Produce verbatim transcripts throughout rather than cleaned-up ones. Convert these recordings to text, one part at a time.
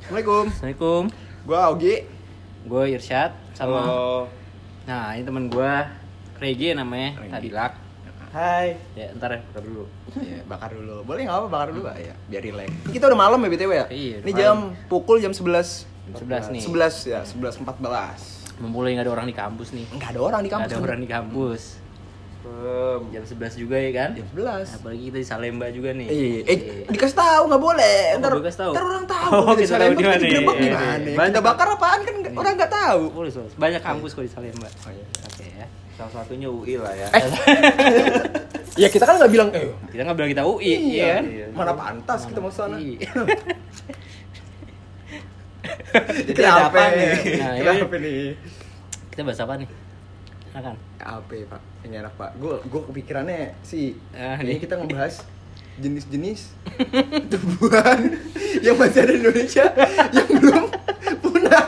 Assalamualaikum. Assalamualaikum. Gua Augie. Gue Irsyad sama. Halo. Nah, ini teman gue Regi namanya, Tadilak. Hai. Ya, ntar ya, bakar dulu. Ya, bakar dulu. Boleh enggak apa bakar dulu, Pak? Ya, biar relax. Ini kita udah malam ya B T W ya? Iya, Ini malam. jam pukul jam sebelas. Jam sebelas nih. sebelas ya, sebelas empat belas. Memulai nggak ada orang di kampus nih. Enggak ada orang di Nggak kampus. ada kan? orang di kampus. Um, Jam sebelas juga ya kan? jam sebelas. Apalagi kita di Salemba juga nih. Eh, eh dikasih tahu enggak boleh. Oh, Ntar, nggak dikasih tahu. ntar orang tahu. Oh, Di kita tahu Salemba di mana kita digerebek nih? gimana? Iya, Kita banyak. bakar apaan kan orang enggak tahu. Boleh, Sos. Banyak kampus kok di Salemba. Oh, iya. Oke ya. Salah satunya U I lah ya. Eh. Ya kita kan enggak bilang eh Kita nggak bilang kita U I, iya kan? Iya. mana pantas kita mau sana. Iya. Jadi ada apa apa nih? nih? Nah, Kita ini- apa nih? Kita bahas apa nih? Akan. Apa ya, Pak? Ini enak Pak. Gue gue kepikirannya sih. Ah, ini nih. kita ngebahas jenis-jenis tumbuhan yang masih ada di Indonesia yang belum punah.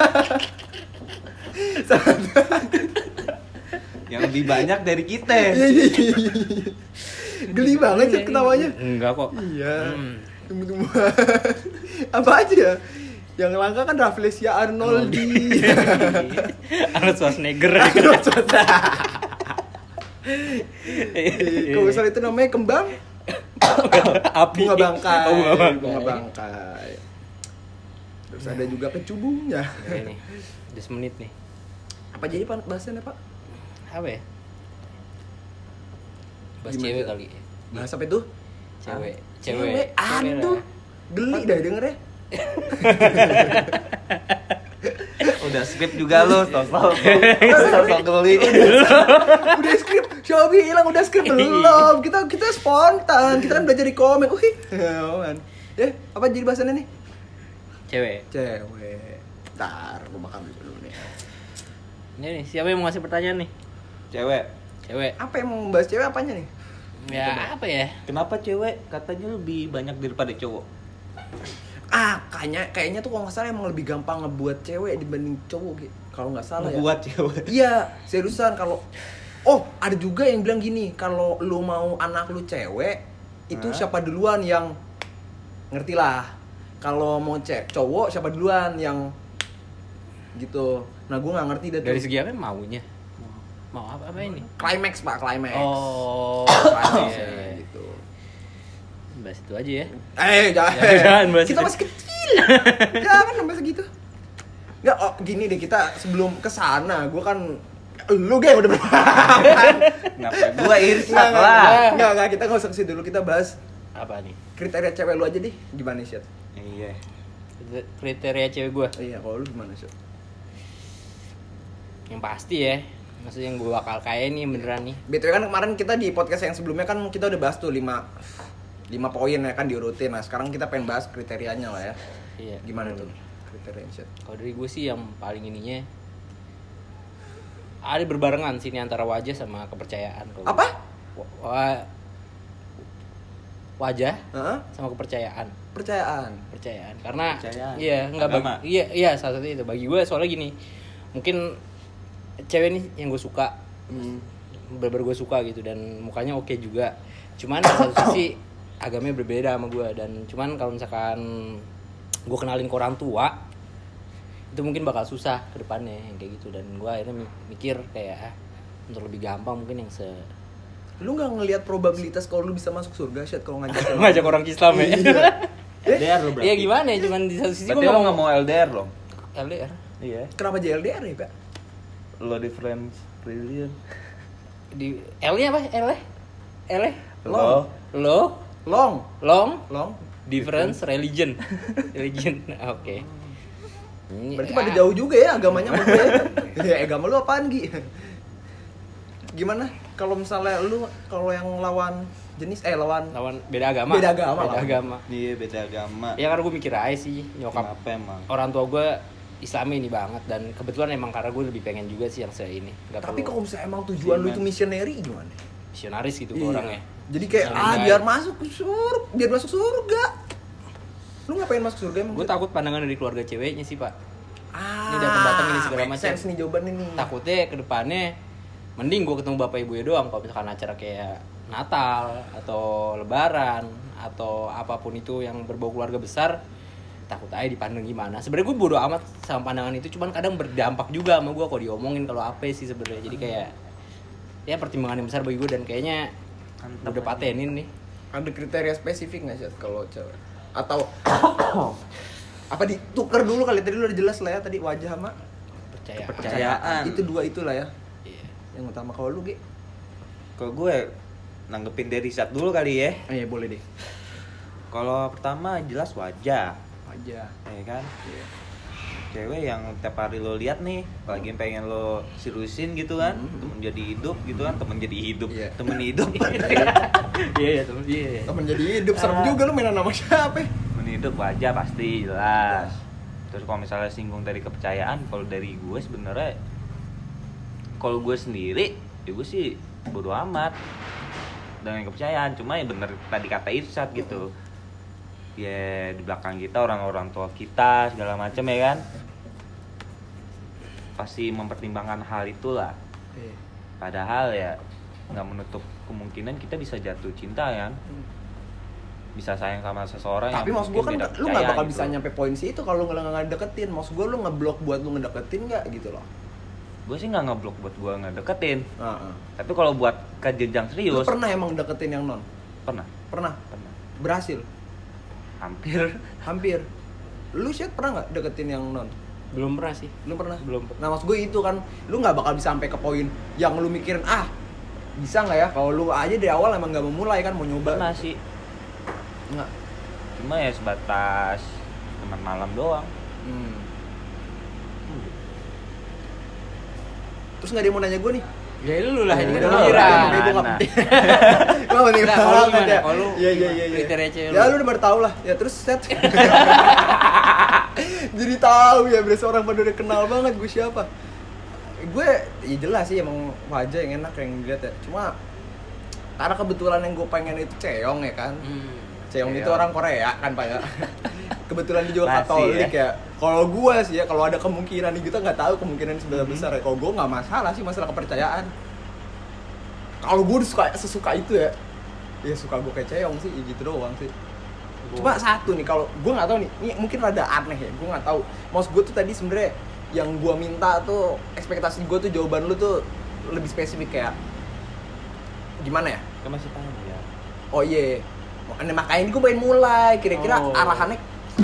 Yang lebih banyak dari kita. Iya, iya, iya. Geli banget sih ketawanya. Enggak kok. Iya. Hmm. Tumbuh-tumbuhan. Apa aja ya? Yang langka kan Rafflesia Arnoldi. Arnold Schwarzenegger. Kalau misalnya itu namanya kembang Api. bunga bangkai. Oh, bunga bangkai. Bunga bangkai. Terus ada juga kecubungnya. Ya, ini udah semenit nih. Apa jadi Pak bahasannya Pak? Apa ya? Bahas Gimana? cewek kali. Bahas apa itu? Cewek. Cewek. Cewek Aduh. lah. Geli dah dengernya. Udah skrip juga lo, sosok sosok geli. Udah skrip. Shobi hilang udah skrip belum. Kita kita spontan. Kita kan belajar di komen. Wih. Ya, apa jadi bahasannya nih? Cewek. Cewek. Ntar gua makan dulu nih. Ini nih, siapa yang mau ngasih pertanyaan nih? Cewek. Cewek. Apa yang mau membahas cewek apanya nih? Ya, apa ya? Kenapa cewek katanya lebih banyak daripada cowok? Ah, kayaknya kayaknya tuh kalau nggak salah emang lebih gampang ngebuat cewek dibanding cowok gitu. Kalau nggak salah ya. Buat cewek. Iya, seriusan kalau oh, ada juga yang bilang gini, kalau lu mau anak lu cewek, itu Hah? siapa duluan yang ngerti lah. Kalau mau cek cowok siapa duluan yang gitu. Nah, gue nggak ngerti dah tuh. Dari segi apa maunya? Mau apa apa ini? Climax, Pak, climax. Oh, Climax iya, ya, iya. gitu. Bahas itu aja ya. Eh, jangan. Jangan bahas Kita itu. masih kecil. Jangan sampai segitu. Enggak, oh, gini deh, kita sebelum kesana, gue kan lu gak udah berpengalaman. Kenapa gua Irsyad Enggak, enggak, lah? enggak, enggak, kita nggak usah kesini dulu, kita bahas Apa nih? kriteria cewek lu aja deh, gimana sih? Iya. Kriteria cewek gua. Iya, kalau lu gimana sih? Yang pasti ya. Maksudnya yang gue bakal kayak nih beneran nih. B T W kan kemarin kita di podcast yang sebelumnya kan kita udah bahas tuh lima lima poin ya kan diurutin. Nah, sekarang kita pengen bahas kriterianya lah ya. Iya. Gimana tuh kriterianya sih? Kalau dari gue sih yang paling ininya ada berbarengan sini antara wajah sama kepercayaan. Kalau Apa? Wa- wa- wajah Heeh. sama kepercayaan. Percayaan. Percayaan. Karena Kepercayaan. iya nggak Agama. bagi, iya iya salah satu itu bagi gue soalnya gini. Mungkin cewek nih yang gue suka, Hmm. bener-bener gue suka gitu dan mukanya oke juga. Cuman di satu sisi agamanya berbeda sama gue dan cuman kalau misalkan gue kenalin ke orang tua itu mungkin bakal susah ke depannya yang kayak gitu dan gue akhirnya mi- mikir kayak ah, untuk lebih gampang mungkin yang se Lu nggak ngelihat probabilitas kalau lu bisa masuk surga sih kalau ngajak ngajak orang Islam ya. L D R lo berarti. Iya gimana ya cuman di satu sisi gue Berarti lo nggak mau L D R lo? L D R Iya. Kenapa J L D R ya, Pak? Lo difference religion. di L-nya apa? L -nya? L -nya? Lo. Lo Long, long long. difference religion religion oke. Ini- Berarti ah, pada jauh juga ya agamanya sama gue. Ya, agama lu apaan, Gi? Gimana kalau misalnya lu kalau yang lawan jenis eh lawan lawan beda agama Beda agama, beda lawan. agama Iya beda agama. ya karena gue mikir aja sih nyokap Kenapa emang? orang tua gue Islami ini banget dan kebetulan emang karena gue lebih pengen juga sih yang saya ini nggak Tapi perlu kalau misalnya emang tujuan lu Gimana? itu missionary gimana? misionaris gitu gue Iya. orangnya. Jadi kayak Saling ah baik. biar masuk ke surga, biar masuk surga. Lu ngapain masuk surga emang? Gue takut pandangan dari keluarga ceweknya sih pak. Ah, Ini datang-datang ini segala make macam. sense nih jawabannya nih. Takutnya ke depannya mending gue ketemu bapak ibunya doang kalau misalkan acara kayak Natal atau Lebaran atau apapun itu yang berbau keluarga besar takut aja dipandang gimana. Sebenarnya gue bodo amat sama pandangan itu, cuman kadang berdampak juga sama gue kalau diomongin kalau apa sih sebenarnya. Jadi kayak ya pertimbangan yang besar bagi gue dan kayaknya Mantap udah patenin nih. Ada kriteria spesifik nggak sih kalau cewek? Atau apa ditukar dulu kali, tadi lu udah jelas lah ya tadi wajah sama Percaya. Kepercayaan. itu dua itulah ya Iya. yang utama. Kalau lu Ge? Kalau gue nanggepin dari Zat dulu kali ya. Oh, iya boleh deh. Kalau pertama jelas wajah, Wajah. ya kan? Iya. Cewek yang tiap hari lo lihat nih, apalagi pengen lo seriusin gitu kan, Mhm. temen jadi hidup gitu kan, temen jadi hidup, Iya. temen hidup, Iya iya temen iya. Temen jadi hidup, serem Ah. juga lu mainan nama siapa ya? temen hidup wajah pasti jelas. Terus kalau misalnya singgung dari kepercayaan, kalau dari gue sebenarnya, kalau gue sendiri, ya gue sih bodo amat dengan kepercayaan. Cuma ya bener tadi kata Irsat gitu. Ya di belakang kita orang-orang tua kita segala macam ya kan, pasti mempertimbangkan hal itulah. Iya. Padahal ya nggak menutup kemungkinan kita bisa jatuh cinta kan, bisa sayang sama seseorang. Tapi yang maksud gua kan mungkin beda lu nggak bakal kepercayaan bisa gitu. nyampe poin sih itu kalau nggak nggak deketin. Maksud gua lu ngeblok buat lu ngedeketin nggak gitu loh. Gue sih nggak ngeblok buat gue ngedeketin, Heeh. tapi kalau buat ke jenjang Lu serius pernah emang deketin yang non? pernah, Pernah. pernah, Berhasil. hampir. Hampir. Lu sih pernah nggak deketin yang non? Belum pernah sih. Lu pernah? Belum pernah. Nah maksud gue itu kan, lu nggak bakal bisa sampai ke poin yang lu mikirin ah bisa nggak ya? Kalau lu aja dari awal emang nggak mau mulai kan, mau nyoba. Pernah sih, Nggak. cuma ya sebatas teman malam doang. Hmm. Terus nggak ada yang mau nanya gue nih? Ya lu lah ini kan Udah lah, pikiran. udah, gue nggak Nah. penting. Gue penting Nah, kalau lu banget gimana? ya. Kalau lu Iya iya iya. iya. kriteria cewek Ya lu. lu udah baru tahu lah. Ya terus set. Jadi tahu ya, berasa orang pada udah kenal banget gue siapa. Gue ya jelas sih emang wajah yang enak yang dilihat ya. Cuma karena kebetulan yang gue pengen itu Cheong ya kan. Hmm. Cheong itu Cheong. orang Korea kan Pak ya. Kebetulan dia juga Masih, Katolik ya. ya. Kalau gue sih ya, kalau ada kemungkinan nih, kita nggak tahu kemungkinan seberapa besar ya. Kalau gue nggak masalah sih masalah kepercayaan. Kalau gue suka sesuka itu ya, ya suka gue kayak Cheong sih, ya gitu doang sih. Cuma satu nih, kalau gue nggak tahu nih, ini mungkin rada aneh ya, gue nggak tahu. Maksud gue tuh tadi sebenarnya yang gue minta tuh, ekspektasi gue tuh jawaban lu tuh lebih spesifik kayak gimana ya? Kan masih tahu ya. Oh iya, yeah. Makanya ini gue pengen mulai, kira-kira Oh. arahannya.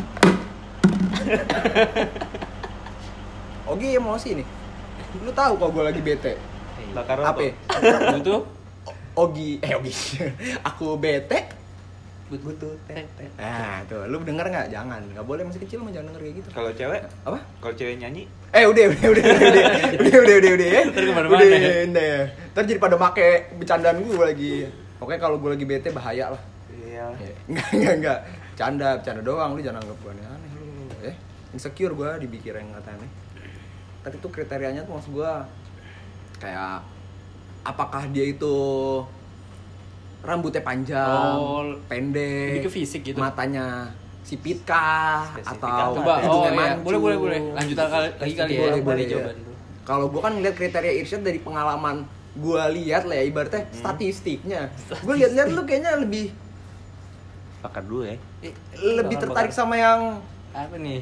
Ogi emosi nih. Lu tahu kok gue lagi bete. Bakar Apa? rokok. Lu tuh Ogi, eh Ogi. Aku bete. Butuh teh teh. Nah, tuh, lu denger nggak? Jangan, nggak boleh masih kecil mah jangan denger kayak gitu. Kalau cewek, Apa? kalau cewek nyanyi, Eh udah udah udah udah udah udah udah udah udah ya. Ntar kemana-mana Udah, ya. udah. Ntar jadi pada make bercandaan gue lagi. Pokoknya kalau gue lagi bete bahaya lah. iya. Enggak enggak enggak. Canda, bercanda doang, lu jangan anggap gue aneh lu. Eh, insecure gue dipikir yang kata aneh. Tapi tuh kriterianya tuh maksud gue kayak apakah dia itu rambutnya panjang, Oh, pendek, lebih ke fisik gitu. matanya sipit kah Spesifik atau banget. coba oh hidungnya iya. mancung. Boleh boleh boleh. Lanjut kali lagi kali ya. Boleh, boleh, dari iya. jawaban lu. Kalau gue kan ngeliat kriteria Irsyad dari pengalaman gue lihat lah ya, ibaratnya Hmm. statistiknya. Gue lihat-lihat lu kayaknya lebih Bakar dulu ya. Eh, lebih bakar, tertarik bakar. sama yang Apa nih?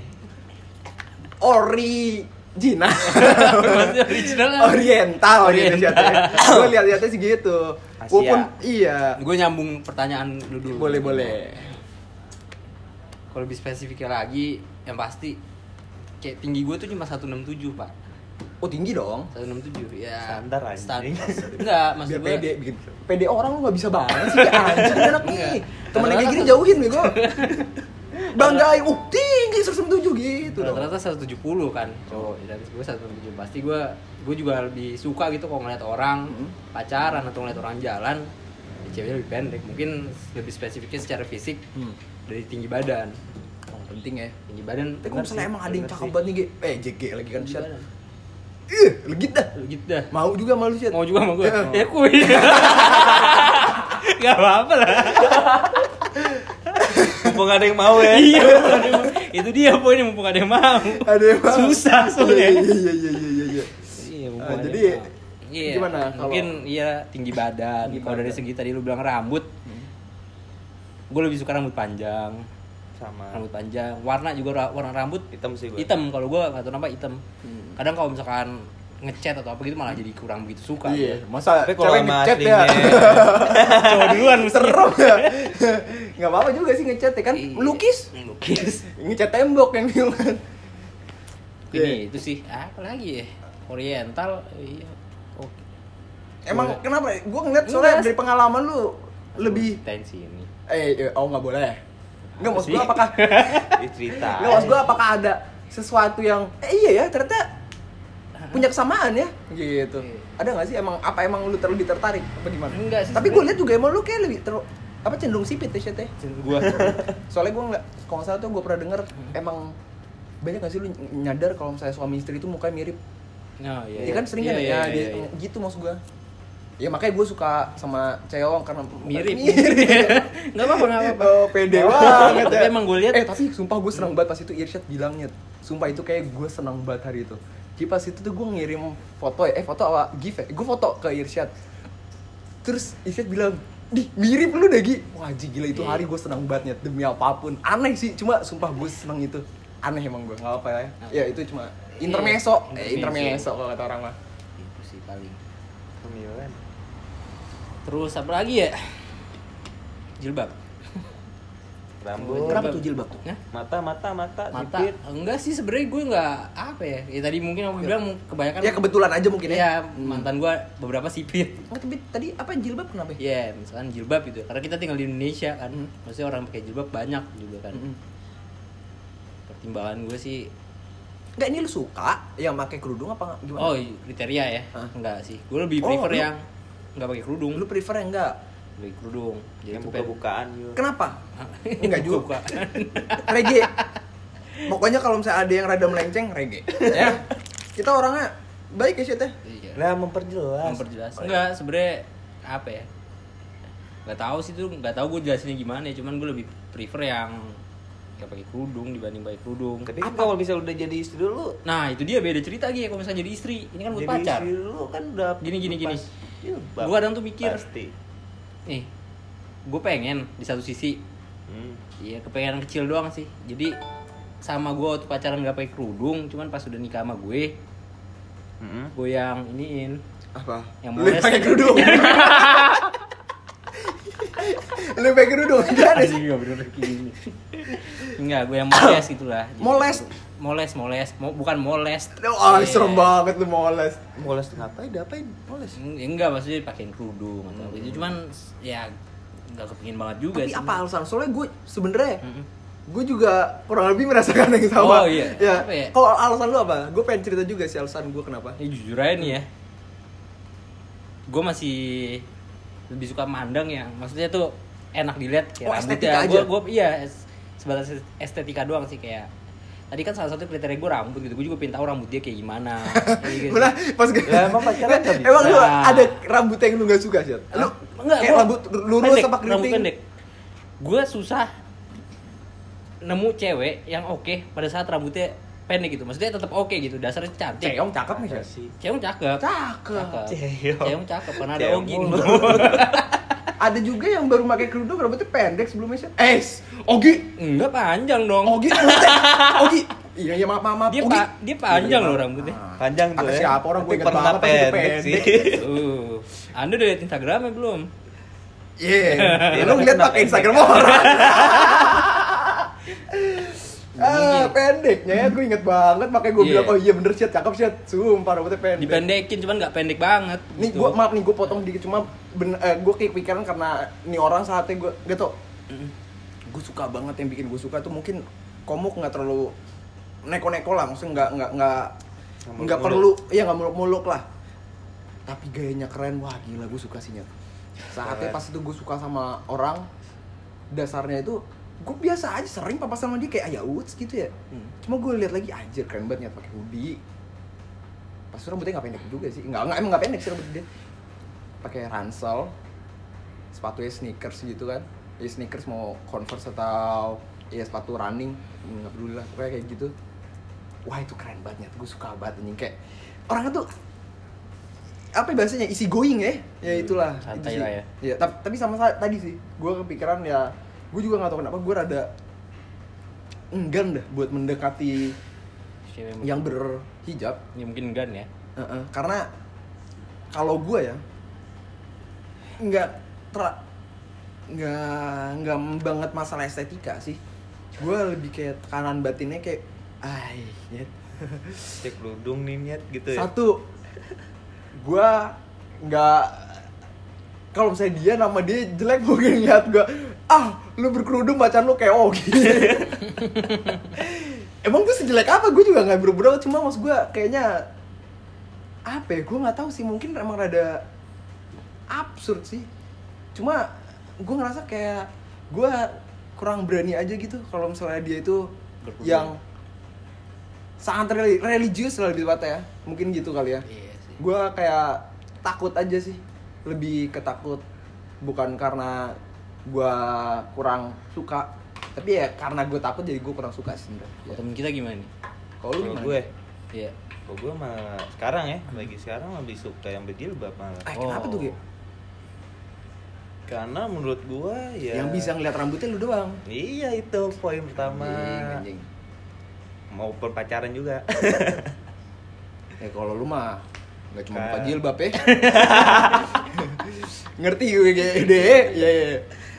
original. Maksudnya original apa? Oriental gitu Oriental. Syad. Gue lihat-lihatnya sih gitu. Asia. Walaupun iya. Gue nyambung pertanyaan lu dulu. Boleh boleh. Kalau lebih spesifiknya lagi, yang pasti kayak tinggi gue tuh cuma seratus enam puluh tujuh, Pak. Oh tinggi dong. seratus enam puluh tujuh ya. Standar, anjing. Stan- Enggak, maksud Biar gue. pede bikin. Pede orang lu nggak bisa banget sih kayak anjing enak nih. Enggak. Temen yang kayak gini Rata-rata- jauhin nih gue. Banggain, uh tinggi seratus enam puluh tujuh gitu dong. Rata-rata seratus tujuh puluh kan cowok, dan gue seratus enam puluh tujuh. Pasti gue gue juga lebih suka gitu kalau ngeliat orang Hmm. pacaran atau ngeliat orang jalan, ya ceweknya lebih pendek. Mungkin lebih spesifiknya secara fisik Hmm. dari tinggi badan. Oh, penting ya. Tinggi badan. Tapi kalau misalnya emang ada yang cakep banget nih, Ge. Eh, J G lagi kan, Tinggi Syad. badan. Ih, legit dah. Gitu dah. Mau juga malu, Syad. Mau juga sama gue. Ya. Ya kuy. Gak apa-apa lah. Mumpung ada yang mau ya. Iya, mumpung ada yang mau. Itu dia poinnya, mumpung ada yang mau. Ada yang mau. Susah soalnya. Iya, iya, iya, iya, iya, iya. Iya, mumpung Ah, ada jadi, yang mau. Iya, gimana kalau- mungkin iya tinggi badan. Tinggi Kalau dari badan. segi tadi lu bilang rambut, gue lebih suka rambut panjang. Sama. Rambut panjang, warna juga ra- warna rambut Hitam sih gua. hitam. Kalau gue nggak tahu kenapa hitam. Hmm. Kadang kalau misalkan ngecat atau apa gitu malah jadi kurang begitu suka. Iya, masa Tapi kalau cewek sama ngechat ya. aslinya Cowok duluan Serem ya. Enggak apa-apa juga sih ngechat ya kan. Iya. Melukis. Lukis. Ngecat tembok yang bilang. Ini itu sih apa lagi ya? Oriental. Iya. Oh. Emang Boleh. kenapa? Gue ngeliat soalnya Enggak. dari pengalaman lu lebih tensi ini. eh eh, oh nggak boleh. Enggak Apa maksud sih? gue apakah Ih, cerita. Enggak maksud gue apakah ada sesuatu yang eh iya ya ternyata punya kesamaan ya gitu. Iya. Ada nggak sih emang apa emang lu terlalu tertarik apa gimana? Enggak sih, Tapi gue sebenarnya. lihat juga emang lu kayak lebih ter apa cenderung sipit ya Syed ya. Gua Soalnya gue nggak kalau nggak salah tuh gue pernah denger emang banyak nggak sih lu nyadar kalau misalnya suami istri itu mukanya mirip. Oh, Iya kan sering Iya, kan iya, ya iya, dia- iya. gitu maksud gue. Ya makanya gue suka sama Ceyong karena Mirip. mirip. Enggak apa-apa, enggak apa-apa. Oh, pede banget Tapi ya. emang gua lihat- Eh, tapi sumpah gue senang banget pas itu Irsyad bilangnya. Sumpah itu kayak gue senang banget hari itu. Jadi pas itu tuh gue ngirim foto ya, eh foto apa? GIF ya? Gue foto ke Irsyad. Terus Irsyad bilang, "Di, mirip lu deh, Gi." Wah, Ji, gila itu hari gue senang banget Nyet. Demi apapun. Aneh sih, cuma sumpah gue senang itu. Aneh emang gue, enggak apa ya. Ya itu cuma intermezzo, Iya, eh, intermezzo kalau kata orang mah. Itu sih paling. Pemilihan. Terus apa lagi ya? Jilbab. Rambut. Kenapa tuh jilbab tuh? Nah, Mata, mata, mata, mata. sipit. Enggak sih sebenarnya gue nggak apa ya. Ya tadi mungkin aku bilang kebanyakan Ya kebetulan aja mungkin ya. ya mantan gue beberapa sipit. Oh, tapi tadi apa jilbab kenapa ya? Ya, misalkan jilbab gitu. Karena kita tinggal di Indonesia kan. Hmm. Maksudnya orang pakai jilbab banyak juga kan. Mm-mm. Pertimbangan gue sih Enggak, ini lu suka yang pakai kerudung apa gimana? oh kriteria ya. Hah? Enggak sih. Gue lebih Oh, prefer lu- yang enggak pakai kerudung. Lu prefer yang enggak? Pakai kerudung. Yang itu buka-bukaan yuk. Kenapa? Enggak juga. Buka. Reggae. Pokoknya kalau misalnya ada yang rada melenceng, reggae. Ya. Kita orangnya baik ya, Syed ya. Iya. Lah memperjelas. Memperjelas. Enggak, sebenarnya apa ya? Enggak tahu sih tuh, enggak tahu gue jelasinnya gimana ya, cuman gue lebih prefer yang kayak pakai kerudung dibanding pakai kerudung. Tapi kan kalau bisa udah jadi istri dulu, Nah, itu dia beda cerita lagi ya kalau misalnya jadi istri. Ini kan buat jadi pacar. istri dulu kan udah Gini, gini, gini. lepas jilbab. Gua kadang tuh mikir, Pasti. nih, gue pengen di satu sisi, Hmm. iya kepengen kecil doang sih. Jadi sama gue waktu pacaran gak pakai kerudung, cuman pas udah nikah sama gue, Mm-mm. gue yang iniin, Apa? yang Lu molest. pakai kerudung. Lu pakai kerudung. Gimana sih? Enggak bener gini. Enggak, gue yang molest gitulah. Jadi- Molest? Molest, molest. Mo- bukan molest. Oh, Iya. serem banget lu moles. Moles tuh ngapain? Diapain? Moles. Eng- Enggak, maksudnya pakein kerudung atau apa gitu. Cuman ya enggak kepingin banget juga Tapi sih. apa alasan? Soalnya gue sebenarnya Mm-mm. gue juga kurang lebih merasakan yang sama. Oh, iya. Ya. Apa ya? Kalau alasan lu apa? Gue pengen cerita juga sih alasan gue kenapa. Ya jujur aja nih ya, gue masih lebih suka mandang yang maksudnya tuh enak dilihat kayak Oh, rambutnya. estetika aja? Gue gue iya es- sebatas estetika doang sih kayak. Tadi kan salah satu kriteria gue rambut gitu, gue juga pengen tahu rambut dia kayak gimana. Kayak gitu. Mana pas gue Lah, emang pacaran nggak bisa? Emang lu Nah. ada rambut yang lu gak suka sih? Lu Enggak, kayak gua rambut lurus pendek, apa rambut keriting? pendek. Gue susah nemu cewek yang oke pada saat rambutnya pendek gitu. Maksudnya tetap oke gitu, dasarnya cantik. Ceyong cakep nih Masa Syed. sih? Cewek cakep. Cakep. Ceyong. Cewek cakep karena ada Ceyong Ogi. mulu. Ada juga yang baru pakai kerudung rambutnya pendek sebelumnya Syed. Eh, Ogi. Enggak panjang dong. Ogi. rambutnya- Ogi. Iya, iya maaf maaf. maaf. Dia Ogi. pa- dia panjang Iya, loh maaf. rambutnya. Ah. Panjang tuh Kata ya. siapa orang gue Tapi ingat pernah banget rambutnya pendek sih. Uh, Anda udah liat Instagramnya belum? Iya. Iya, Lu ngeliat kenapa pakai Instagram orang. Ah, pendeknya ya, gue inget banget makanya gue Iya. bilang oh iya bener Syed, cakep Syed. Sumpah rambutnya pendek. Dipendekin cuman nggak pendek banget. Nih gitu. gue maaf nih gue potong dikit cuma ben, eh, gue kepikiran karena nih orang saatnya gue gak tau. Gue suka banget yang bikin gue suka tuh mungkin komuk nggak terlalu neko-neko lah, maksudnya nggak nggak nggak Nggak nggak muluk-muluk. perlu, iya nggak muluk-muluk lah. Tapi gayanya keren, wah gila gue suka sih Nyet. Saatnya Keren. pas itu gue suka sama orang, dasarnya itu gue biasa aja sering papasan sama dia kayak ayah uts gitu ya. Hmm. Cuma gue lihat lagi anjir keren banget Nyet pakai hoodie. Pas itu rambutnya nggak pendek juga sih, nggak nggak emang nggak pendek sih rambut dia. Pakai ransel, sepatunya sneakers gitu kan. Ya sneakers mau Converse atau ya sepatu running, nggak peduli lah, pokoknya kayak gitu. Wah itu keren banget, gue suka banget anjing kayak orangnya tuh apa ya bahasanya easy going ya, ya itulah. Santai itu sih. lah ya. Iya, tapi, tapi sama sa- tadi sih, gue kepikiran ya, gue juga nggak tahu kenapa gue rada enggan dah buat mendekati Cewek yang berhijab. ya mungkin enggak ya. Uh-uh. Karena kalau gue ya nggak tra nggak nggak banget masalah estetika sih. Gue lebih kayak tekanan batinnya kayak ay nyet. Cek kerudung nih nyet gitu ya. Satu, gue nggak, kalau misalnya dia nama dia jelek mungkin lihat gue, ah lu berkerudung bacaan lu kayak oh gitu. Emang gue sejelek apa? Gue juga nggak buru-buru, cuma maksud gue kayaknya apa ya? Gue nggak tahu sih, mungkin emang rada absurd sih. Cuma gue ngerasa kayak gue kurang berani aja gitu kalau misalnya dia itu Berkerudung. yang sangat reli- religius lah lebih tepatnya ya, mungkin gitu kali ya. Iya sih. Gue kayak takut aja sih, lebih ketakut, bukan karena gue kurang suka, tapi ya karena gue takut jadi gue kurang suka sih sebenarnya. Kalau temen kita gimana nih? Kalau lu Kalau gimana? gue, Iya. kalau gue malah sekarang ya, lagi sekarang lebih suka yang berjilbab malah. Eh, kenapa Oh. tuh Ge? Karena menurut gue ya. Yang bisa ngeliat rambutnya lu doang. Iya itu poin pertama. Anjing, anjing. Mau berpacaran juga. Ya kalau lu mah nggak cuma buka Kan. jilbab ya. Ngerti gue kayak deh. Iya iya.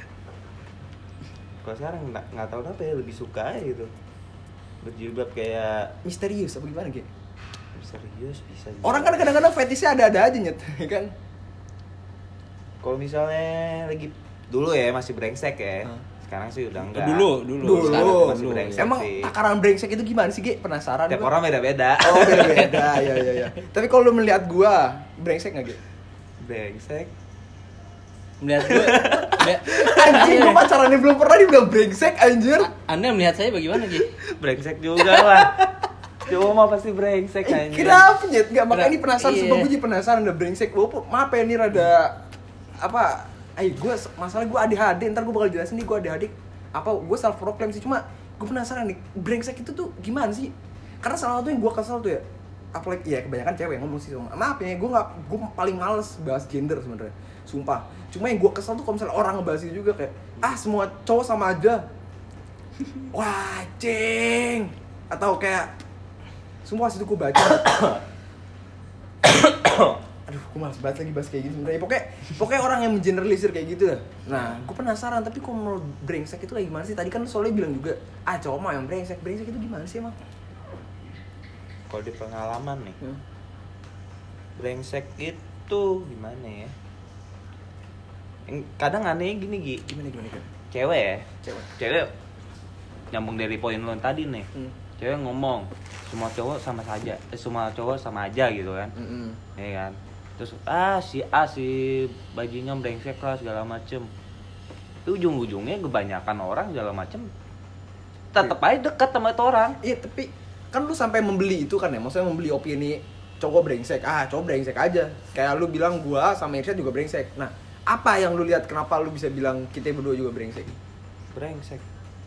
Kalau sekarang nggak nggak tahu kenapa ya lebih suka aja gitu. Berjilbab kayak Misterius apa gimana Ge? serius bisa. juga. Orang kan kadang-kadang fetishnya ada-ada aja nyet, ya kan? Kalau misalnya lagi dulu ya masih brengsek ya. Hah? Sekarang sih udah enggak. Dulu, dulu. Dulu. Sekarang tuh masih Dulu. brengsek Emang sih. takaran brengsek itu gimana sih Ge? Penasaran Tiap gua. orang beda-beda. Oh beda-beda, ya ya ya. Tapi kalau lu melihat gua, brengsek nggak Ge? Brengsek. Melihat gue, melihat- Anjing, gua pacarannya belum pernah dibilang brengsek anjir. Anda melihat saya bagaimana Ki? Brengsek juga lah. Cuma mah pasti brengsek Eh, aja. kenapa nyet? Nggak, makanya ini penasaran, Iya. sumpah gue jadi penasaran udah brengsek. Walaupun maaf ya ini rada apa? Ay, gue masalah gue A D H D, ntar gue bakal jelasin nih gue A D H D apa gue self proclaim sih, cuma gue penasaran nih brengsek itu tuh gimana sih? Karena salah satu yang gue kesel tuh ya, apalagi ya kebanyakan cewek yang ngomong sih sama, maaf ya gue nggak, gue paling males bahas gender sebenarnya, sumpah. Cuma yang gue kesel tuh kalau misalnya orang ngebahas itu juga kayak ah semua cowok sama aja, wah ceng, atau kayak semua situ gue baca. Aduh, gue malas banget lagi bahas kayak gitu sebenarnya. Pokoknya, pokoknya orang yang mengeneralisir kayak gitu dah. Nah, gue penasaran, tapi kok menurut brengsek itu kayak gimana sih? Tadi kan lu soalnya bilang juga, ah cowok mah yang brengsek. Brengsek itu gimana sih emang? Kalau di pengalaman nih, Hmm. brengsek itu gimana ya? Yang kadang aneh gini Gi, Gimana gimana kan? cewek ya, Cewek. cewek nyambung dari poin lo tadi nih, Hmm. cewek ngomong semua cowok sama saja, eh, semua cowok sama aja gitu kan, Mm-mm. ya kan? Terus ah si A si bajunya brengsek lah segala macem, itu ujung-ujungnya kebanyakan orang segala macem tetap aja dekat sama itu orang. Iya, tapi kan lu sampai membeli itu kan ya, maksudnya membeli opini cowok brengsek. Ah, cowok brengsek aja. Kayak lu bilang gua sama Irsyad juga brengsek. Nah, apa yang lu lihat kenapa lu bisa bilang kita berdua juga brengsek? Brengsek.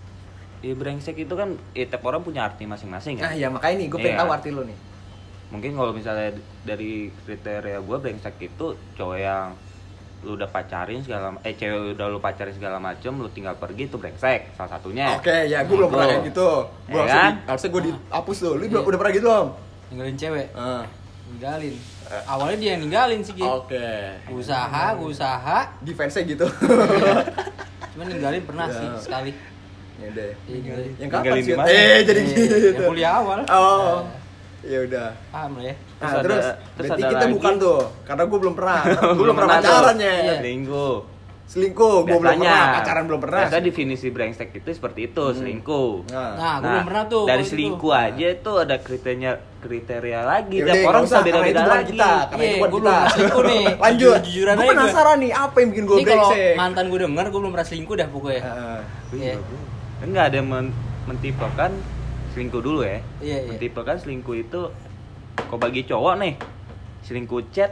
Ya brengsek itu kan ya, tiap orang punya arti masing-masing Nah, ya. ya makanya nih gue pengen Iya. tahu arti lu nih. Mungkin kalau misalnya dari kriteria gue brengsek itu cowok yang lu udah pacarin segala eh cewek udah lu pacarin segala macem lu tinggal pergi itu brengsek salah satunya. Oke, ya gue belum Gitu. pernah kayak gitu. Gue Ya harusnya, kan? di- harusnya gue dihapus tuh. Lu Iya. belum- udah pernah gitu belum? Ninggalin cewek. Ah. Ninggalin. Awalnya dia yang ninggalin sih Ki. Oke. Usaha, gue usaha. Defense-nya gitu. Cuman ninggalin pernah Ya. sih sekali. Ya deh. Iya, ninggalin. Yang kapan Ninggalin sih? di mana? Eh, jadi Iya, gitu. yang kuliah awal. Oh. Ya udah. Paham lah ya. Nah, Terus terus, ada- terus berarti ada kita lagi. bukan tuh, karena gue belum pernah, gue belum pernah tuh. pacaran ya. Iya. Selingkuh. Selingkuh, gue belum Biasanya. pernah, pacaran belum pernah. Biasa definisi brengsek itu seperti itu, selingkuh. Nah, Nah, gue belum pernah tuh. Dari kalau selingkuh gitu. aja itu ada kriteria kriteria lagi. yaudah, Tiap orang nggak bisa usah, karena itu beda-beda bukan lagi. kita, karena Iya, itu bukan gue kita. belum pernah selingkuh nih. Lanjut, Jujur-jujuran gue aja gua. penasaran nih, apa yang bikin gue Ini kalau brengsek? mantan gue denger, gue belum pernah selingkuh dah pokoknya. Heeh. Iya. Enggak ada men mentipekan selingkuh dulu ya. Iya, iya. Mentipekan selingkuh itu kok bagi cowok nih, selingkuh chat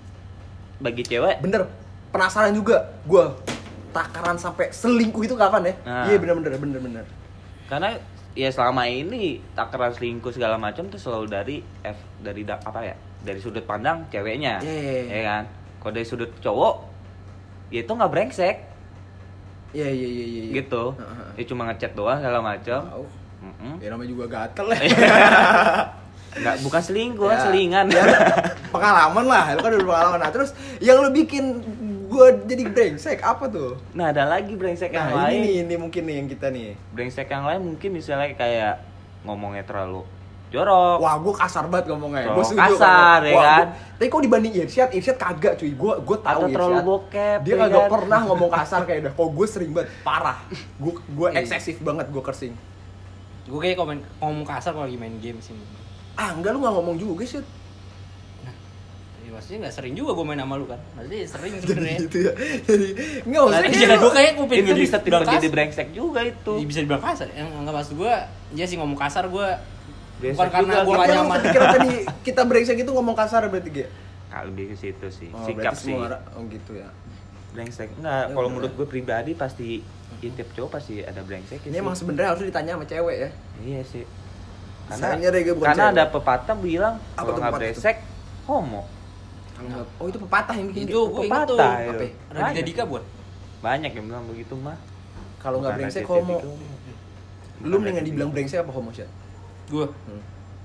bagi cewek Bener, penasaran juga gue. Takaran sampai selingkuh itu kapan ya? Nah. Iya bener-bener, bener-bener. karena ya selama ini takaran selingkuh segala macam tuh selalu dari F dari da, apa ya? Dari sudut pandang ceweknya. Iya. Ya kan? Kalau dari sudut cowok ya itu nggak brengsek Iya, iya, iya, iya. gitu. Heeh. Ya cuma ngechat doang segala macam. Tahu. Mm-mm. Ya namanya juga gatel ya. Nggak, bukan selingkuh, Ya, selingan. ya, pengalaman lah, lu kan udah pengalaman. Nah terus yang lu bikin gue jadi brengsek apa tuh? Nah, ada lagi brengsek yang Nah lain. ini nih, ini mungkin nih yang kita nih. Brengsek yang lain mungkin misalnya kayak ngomongnya terlalu jorok. Wah, gue kasar banget ngomongnya. Terlalu Gue setuju. kasar, kan. ya Wah, kan? gua- tapi kok dibanding Irsyad, Irsyad kagak cuy. Gue gue tahu Atau terlalu Irsyad. bokep, Dia ya kagak kan? pernah ngomong kasar kayak dah. Kok gue sering banget, parah. Gue gue Iya. eksesif banget gue kersing. Gue kayak komen ngomong kasar kalau lagi main game sih. Ah enggak, lu nggak ngomong juga sih. Ya, maksudnya nggak sering juga gue main sama lu kan. Maksudnya sering Jadi sebenarnya. gitu ya. Jadi nggak usah. Nah, iya, gue kayak gue pengen Itu jadi bisa tiba bilang jadi kasar. brengsek juga itu. Iya, bisa dibilang kasar. Yang nggak maksud gue, dia sih ngomong kasar gue. Brengsek Bukan karena juga, gue tapi gak Tapi nyaman. lu kira tadi kita brengsek itu ngomong kasar berarti Ge? Nah, lebih ke situ sih. Oh, Sikap berarti sih. semua orang- oh gitu ya. Brengsek. Enggak, Ya, kalau bener. menurut gue pribadi pasti ya, tiap cowok pasti ada brengsek Ini emang sebenarnya harus ditanya sama cewek ya. Iya sih. Karena Sayangnya deh, gue bukan karena cewek. ada pepatah bilang Apa kalau tuh nggak pepatah brengsek homo. Oh itu pepatah yang bikin Itu gue inget tuh. Pepatah, itu. Apa? Banyak. Raditya Dika buat. Banyak yang bilang begitu mah. kalau nggak Bukan brengsek Raditya homo. Dika, Lu Bukan mendingan Raditya dibilang Dika. brengsek apa homo sih? Gue. Hmm.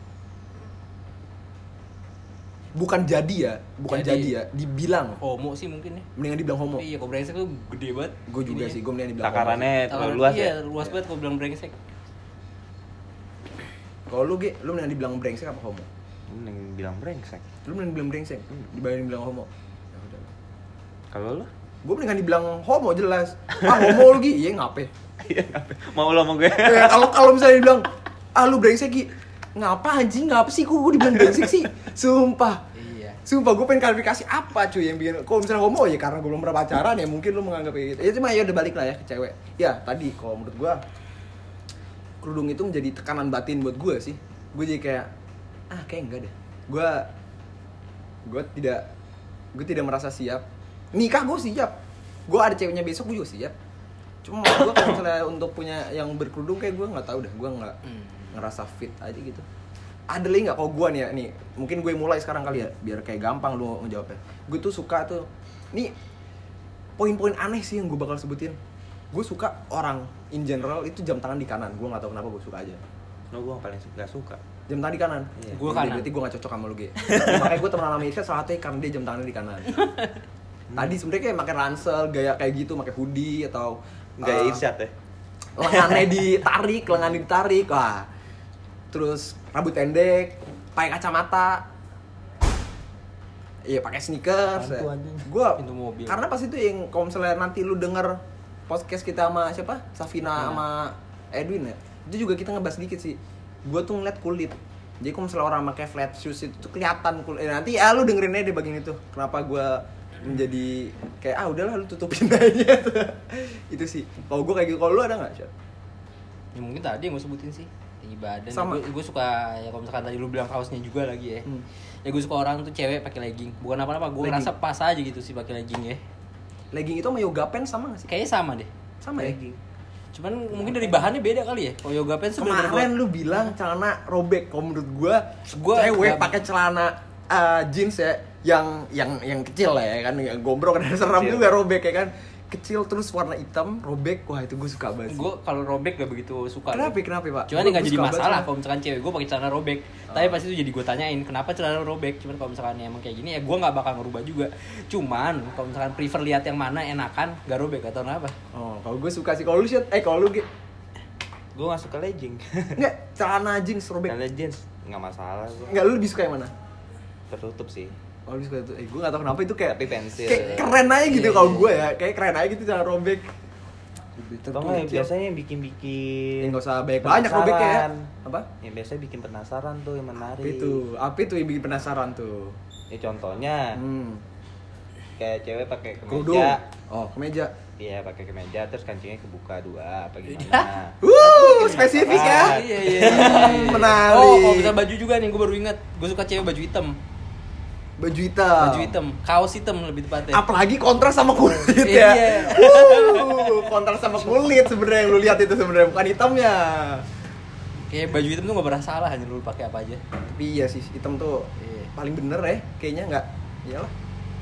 Bukan jadi ya, bukan jadi, Jadi. ya, dibilang. Homo sih mungkin ya. Mendingan dibilang homo. Iya, kalau brengsek tuh gede banget. Gue juga ininya. sih, gue mendingan dibilang Takarannya terlalu Takaran- luas iya, ya. luas banget kalau bilang brengsek. homo. Kalau lu Ge, lu mendingan dibilang brengsek apa homo? Mending bilang brengsek. Lu mendingan dibilang brengsek dibanding dibilang homo. Ya udah. Kalau lu? Gue mendingan dibilang homo jelas. Ah homo lu Gi, iya ngapain? Iya, ngapain? Mau lo sama gue? Ya, kalau kalau misalnya dibilang ah lu brengsek Gi, ngapa anjing ngapa sih kok gue dibilang brengsek sih? Sumpah. Iya. Sumpah gue pengen klarifikasi apa cuy yang bikin kalau misalnya homo ya karena gue belum pernah pacaran ya mungkin lu menganggap kayak gitu. Ya cuma ya udah balik lah ya ke cewek. Ya tadi kalau menurut gue kerudung itu menjadi tekanan batin buat gue sih. Gue jadi kayak ah kayak enggak deh. Gue gue tidak gue tidak merasa siap. Nikah gue siap. Gue ada ceweknya besok gue juga siap. Cuma gue kalau misalnya untuk punya yang berkerudung kayak gue nggak tahu dah. Gue nggak Hmm. ngerasa fit aja gitu. Ada lagi nggak kalau gue nih ya nih mungkin gue mulai sekarang kali ya biar kayak gampang lu ngejawabnya. Gue tuh suka tuh nih poin-poin aneh sih yang gue bakal sebutin. Gue suka orang in general itu jam tangan di kanan. Gue nggak tahu kenapa gue suka aja. Lo gue paling gak suka. Jam tangan di kanan. Iya. Gua Jadi kanan. Berarti gue gak cocok sama lu Ge. Makanya gue temenan sama Irsyad salah satunya karena dia jam tangannya di kanan. Tadi sebenarnya kayak pakai ransel, gaya kayak gitu, pakai hoodie atau Gak eh, irsyad ya? lengannya ditarik, lengan ditarik, wah. Terus rambut pendek, pakai kacamata. Iya, pakai sneakers. Apaan tuh, Ya. anjing? Gua Pintu mobil. karena pas itu yang kalau misalnya nanti lu denger podcast kita sama siapa? Safina Safina. sama Edwin ya. Itu juga kita ngebahas dikit sih. Gua tuh ngeliat kulit. Jadi kalau misalnya orang pakai flat shoes itu tuh kelihatan kulit. Eh, nanti ya lu dengerin aja di bagian itu. Kenapa gua menjadi kayak ah udahlah lu tutupin aja. Itu sih. Kalau gua kayak gitu, kalau lu ada enggak, Syar? Ya mungkin tadi yang gue sebutin sih tinggi badan. Sama. Gue, gue suka ya kalau misalkan tadi lu bilang kaosnya juga lagi ya. Hmm. Ya gue suka orang tuh cewek pakai legging. Bukan apa-apa, gue Legging. ngerasa pas aja gitu sih pakai legging ya. Legging itu sama yoga pants sama gak sih? Kayaknya sama deh. Sama ya? Cuman mungkin dari bahannya beda kali ya. Kalau yoga pants tuh bener-bener Kemarin lu bilang celana robek. Kalau menurut gua, Gua cewek nggak- pakai celana uh, jeans ya yang yang yang kecil lah ya kan, yang gombrong dan seram Kecil. juga robek ya kan. Kecil terus warna hitam, robek. Wah, itu gua suka banget. sih. gue kalau robek gak begitu suka. Kenapa? gua. Kenapa, Pak? Cuman Gua- nggak gua jadi suka banget masalah sama- kalau misalkan cewek gue pakai celana robek. Tapi pasti itu jadi gue tanyain kenapa celana robek. Cuman kalau misalkan emang kayak gini ya gue nggak bakal ngerubah juga. Cuman kalau misalkan prefer lihat yang mana enakan gak robek atau kenapa? Oh, kalau gue suka sih. Kalau lu sih, eh kalau lu Ge, Gue gak suka legging. enggak celana jeans robek. Karena jeans gak masalah gue. Enggak, lu lebih suka yang mana? Tertutup sih. Oh, lu suka itu. Eh, gue gak tahu kenapa itu kayak Tapi pensil. kayak keren aja gitu Iya, kalau iya, gue iya. ya. Kayak keren aja gitu celana robek. Atau nggak ya, biasanya yang bikin-bikin Ya, nggak usah banyak-banyak robeknya ya. penasaran. Apa? Yang biasanya bikin penasaran tuh yang menarik. Itu, apa itu yang bikin penasaran tuh? Ya contohnya Hmm. kayak cewek pakai Kerudung. kemeja. Oh, kemeja. Iya, pakai kemeja terus kancingnya kebuka dua apa gimana. Wuh, spesifik ya. Iya iya. iya. Menarik. Oh, kalau bisa baju juga nih, gue baru ingat. Gue suka cewek baju hitam. Baju hitam. Baju hitam, kaos hitam lebih tepatnya. Apalagi kontras sama kulit Iya. ya. Wuh, kontras sama kulit sebenarnya yang lu lihat itu sebenarnya bukan hitamnya. Kayak baju hitam tuh gak pernah salah, hanya lu pakai apa aja. Tapi iya sih, hitam tuh Iya. paling bener ya, kayaknya nggak. Iyalah.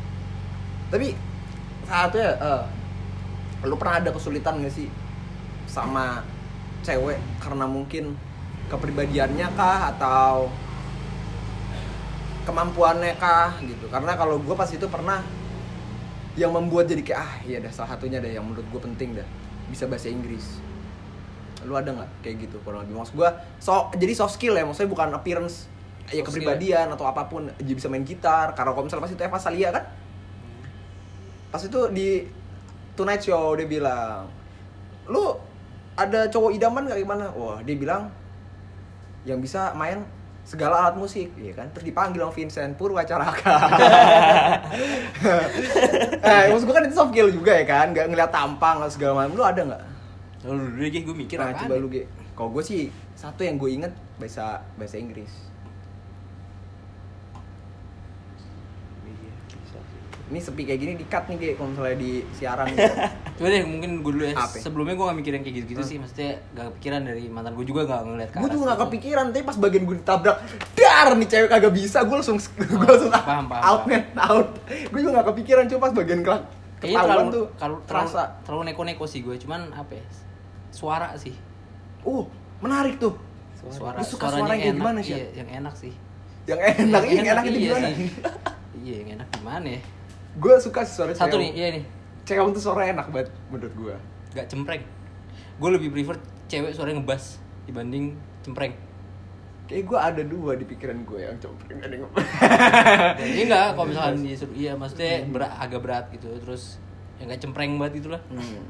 Tapi satu ya, eh, lu pernah ada kesulitan nggak sih sama cewek karena mungkin kepribadiannya kah atau kemampuannya kah gitu. Karena kalau gue pas itu pernah yang membuat jadi kayak ah iya dah salah satunya deh yang menurut gue penting dah bisa bahasa Inggris. Lu ada nggak kayak gitu kurang lebih? Maksud gue so jadi soft skill ya, maksudnya bukan appearance ya, kepribadian atau apapun. Jadi bisa main gitar. Karena kalau misalnya pas itu Eva Salia kan pas itu di Tonight Show dia bilang, lu ada cowok idaman gak gimana? Wah dia bilang yang bisa main segala alat musik, iya kan? Terus dipanggil sama Vincent Purwacaraka. Eh, maksud gue kan itu soft skill juga ya kan? Gak ngeliat tampang atau segala macam. Lu ada nggak? Lu dulu aja gue mikir Nah, apaan coba ya? lu Ge. Kalau gue sih satu yang gue inget bahasa bahasa Inggris. Ini sepi kayak gini di-cut nih Ge, kalau misalnya di siaran gitu. Coba deh mungkin gue dulu ya. Apa? Sebelumnya gue gak mikirin kayak gitu-gitu Hmm. sih. Maksudnya gak kepikiran dari mantan gue juga gak ngeliat ke Gue arah juga gak situ. kepikiran, tapi pas bagian gue ditabrak, dar nih cewek kagak bisa, gue langsung gue langsung paham, paham, out paham. man, out. Gue juga gak kepikiran, cuma pas bagian kelak Kayaknya ketahuan terlalu, tuh terlalu, terlalu, terasa. terlalu neko-neko sih gue. Cuman apa ya? Suara sih. Uh, menarik tuh. Suara, Lu suka suaranya suara yang kayak enak, gimana sih? Iya, yang enak sih. Yang enak, yang enak itu iya gimana? sih. Iya, yang enak gimana ya? Gue suka suara Satu cewek. nih, iya nih. Cewek tuh suara enak banget menurut gue. Gak cempreng. Gue lebih prefer cewek suaranya ngebas dibanding cempreng. Kayak gue ada dua di pikiran gue yang cempreng ada yang ngebas. Iya enggak, kalau misalkan disuruh iya maksudnya berat, agak berat gitu. Terus yang gak cempreng banget gitu lah. Hmm.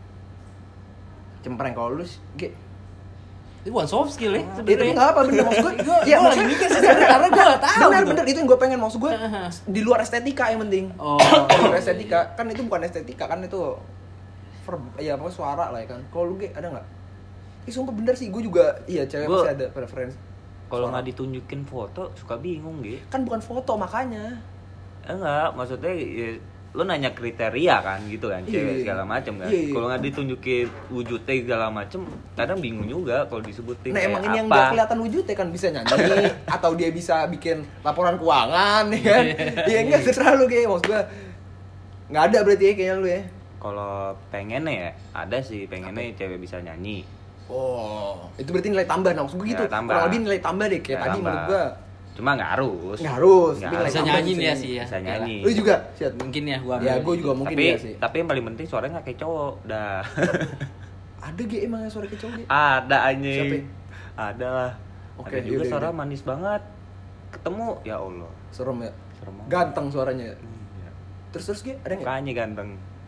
Cempreng kalau lu Ge. Itu bukan soft skill ya Itu sebenarnya. enggak apa bener maksud gue. Gue Iya, gue lagi mikir sih sebenarnya karena gue gak tahu. Bener gitu. bener itu yang gue pengen maksud gue di luar estetika yang penting. Oh, Di luar estetika kan itu bukan estetika kan itu verb, ya apa suara lah ya kan. Kalau lu Ge ada nggak? Ih sumpah bener sih gue juga iya cewek Gua- pasti ada preferensi. Kalau Suara. nggak ditunjukin foto suka bingung gitu. Kan bukan foto makanya. Enggak, maksudnya ya, lo nanya kriteria kan gitu kan, cewek Iya. segala macam kan. Iya, iya. Kalau nggak ditunjukin wujudnya segala macam, kadang bingung juga kalau disebutin Nah kayak emang ini yang apa. gak kelihatan wujudnya kan bisa nyanyi atau dia bisa bikin laporan keuangan ya kan. Iya enggak terserah lu Ge maksud gue. Nggak ada berarti ya kayaknya lu ya. Kalau pengennya ya, ada sih pengennya cewek bisa nyanyi. Oh, itu berarti nilai tambah nah, maksud gue gitu. Nilai tambah. Kurang lebih nilai tambah deh kayak Nilai tadi tambah. menurut gue. Cuma nggak harus. Nggak harus, Nggak tapi nilai bisa tambah nyanyi bisa dia nyanyi. sih ya. Bisa nyanyi. Lu juga, Siat? Mungkin ya gua Ya, ambil. gue juga mungkin tapi iya sih. tapi yang paling penting suaranya nggak kayak cowok dah. Ada Ge emang yang suara kecil Ge? Ada Siapa? anjing. Ada lah. Oke, Ada juga yaudah, suara yaudah. manis banget. Ketemu ya Allah. Serem ya. Serem banget. Ganteng suaranya. Iya. Terus terus Ge, ada nggak? Mukanya ganteng.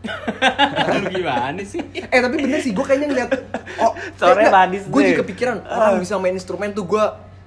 Lu gimana sih? Eh tapi bener sih, gue kayaknya ngeliat oh, Suaranya manis gue deh. juga kepikiran orang bisa main instrumen tuh gue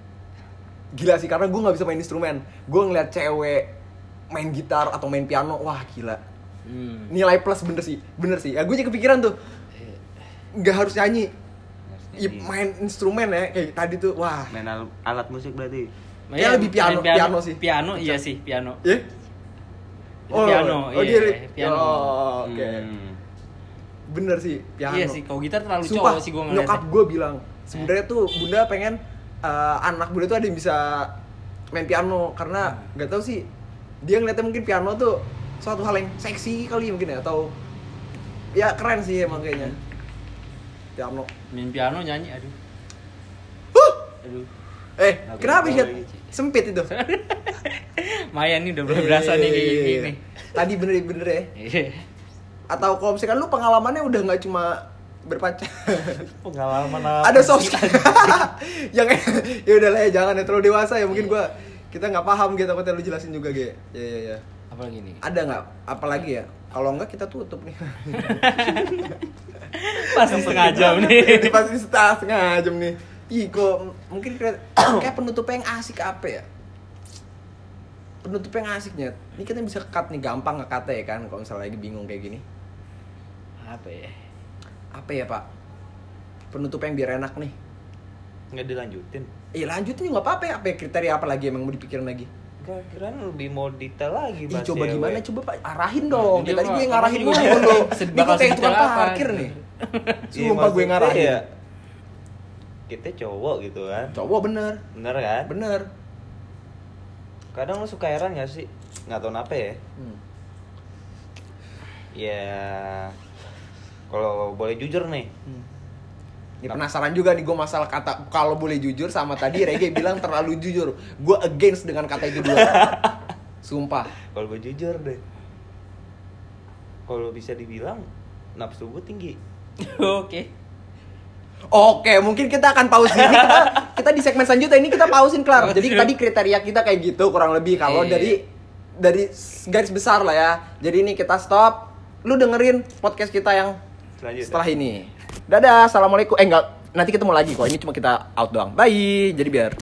gila sih karena gue nggak bisa main instrumen. Gue ngeliat cewek main gitar atau main piano, wah gila. Hmm. Nilai plus bener sih, bener sih. Ya, gue juga kepikiran tuh nggak harus nyanyi, ya, main instrumen ya kayak tadi tuh, wah. Main al- alat musik berarti. Ya, lebih piano- main piano sih. Piano iya sih, piano. Ya? Itu piano, oh, iya, dia- piano. Oh, oke. Hmm. Bener sih, piano. Iya sih, kalau gitar terlalu Sumpah, cowok sih gua nyokap ngeliatnya. gue bilang sebenarnya tuh bunda pengen uh, anak bunda tuh ada yang bisa main piano karena nggak tahu sih dia ngeliatnya mungkin piano tuh suatu hal yang seksi kali mungkin ya atau ya keren sih emang kayaknya piano. Main piano nyanyi, aduh. Huh! Aduh. Eh Nggak kenapa boleh sih gitu. sempit itu? Mayan nih udah mulai berasa nih kayak Iya, gini. Tadi bener-bener ya. Iya. Atau kalau misalkan lu pengalamannya udah nggak cuma berpacar. Pengalaman Ada soft skill yang ya udah lah ya jangan ya terlalu dewasa ya mungkin gua kita nggak paham gitu takutnya lu jelasin juga Ge. Ya ya ya. Apalagi nih? Ada nggak apalagi ya kalau nggak kita tutup nih. Pasti setengah jam nih. Ini pasti setengah setengah jam nih. Ih kok mungkin kayak kayak penutupnya yang asik apa ya, penutupnya yang asiknya ini kita bisa cut nih gampang nge-cut ya kan kalau misalnya lagi bingung kayak gini. Apa ya? Apa ya Pak penutup yang biar enak nih? nggak dilanjutin. Eh lanjutin juga nggak apa-apa ya. Apa ya, kriteria apa lagi emang mau dipikirin lagi? Enggak, kira lebih mau detail lagi Ih bahas coba cewek. gimana coba Pak arahin dong. Dia Dari tadi mah- gue yang ngarahin aku juga mulu bingung loh. nih, Ini bakal gue kayak tukang sedetail apa. parkir nih. Iya, Sumpah gue maksudnya ngarahin. ya, kita cowok gitu kan. Cowok bener, Bener kan? bener. Kadang lu suka heran gak sih? Nggak tahu kenapa ya. Hmm. Ya kalau boleh jujur nih, Hmm. Ini penasaran juga nih gue masalah kata kalau boleh jujur sama tadi Rege bilang terlalu jujur. Gue against dengan kata itu dua. Sumpah. Kalau gue jujur deh. Kalau bisa dibilang nafsu gue tinggi. Oke. Oke, mungkin kita akan pause ini. Kita, kita di segmen selanjutnya ini kita pausin kelar. Oh, Jadi siap. tadi kriteria kita kayak gitu kurang lebih. Kalau Iya. dari dari garis besar lah ya. Jadi ini kita stop. Lu dengerin podcast kita yang Selanjutnya. setelah ini. Dadah, assalamualaikum. Eh enggak, nanti ketemu lagi kok. Ini cuma kita out doang. Bye. Jadi biar